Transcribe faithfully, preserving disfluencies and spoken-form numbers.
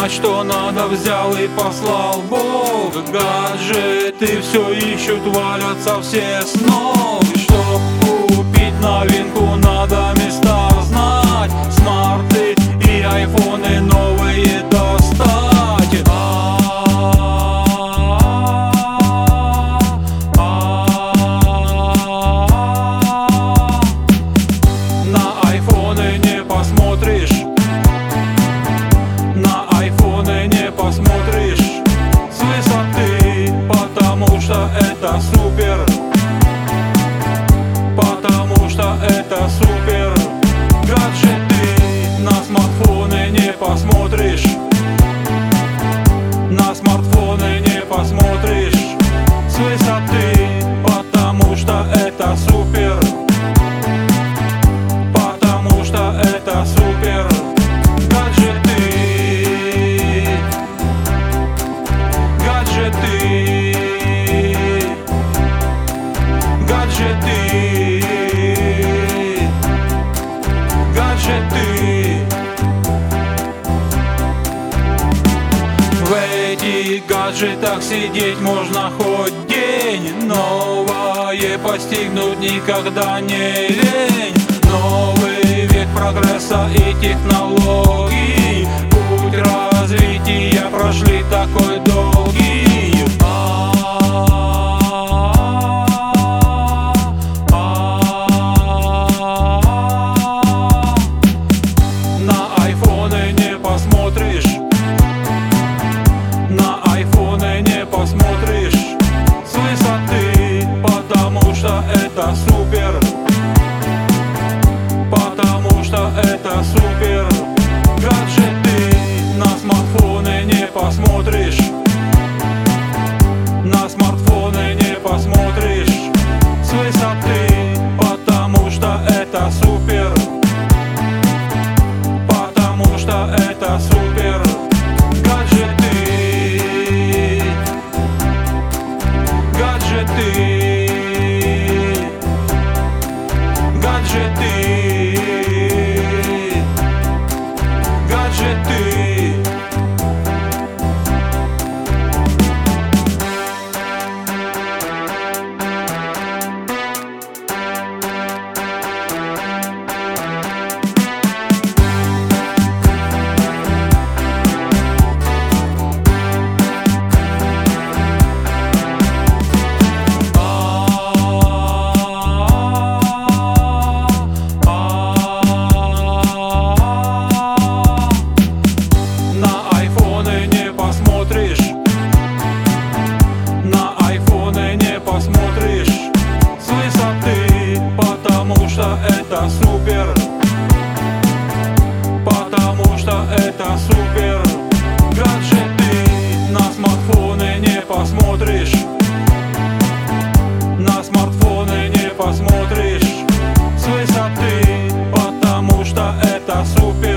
знать, что надо, взял и послал Бог. Гаджеты все ищут, валятся все с ног. Чтоб купить новинку, надо места знать. Смарты и айфоны новые достать. На айфоны не посмотришь, на айфоны не посмотришь с высоты, потому что это супер, потому что это супер. Гаджеты, на смартфоны не посмотришь, на смартфоны не посмотришь с высоты, потому что это супер, потому что это супер. Гаджеты, гаджеты, гаджеты, гаджеты. В этих гаджетах сидеть можно хоть день, новое постигнуть никогда не лень. Новый век прогресса и технологий, путь развития прошли такой долгий. На айфоны не посмотришь, на айфоны не посмотришь с высоты, потому что это супер, потому что это супер. Гаджеты, на смартфоны не посмотришь, на смартфоны не посмотришь с высоты, потому что это супер, потому что это супер. Гаджеты, гаджеты, гаджеты, гаджеты. На айфоны не посмотришь, на айфоны не посмотришь с высоты, потому что это супер, потому что это супер. Гаджеты, на смартфоны не посмотришь, на смартфоны не посмотришь с высоты, потому что это супер.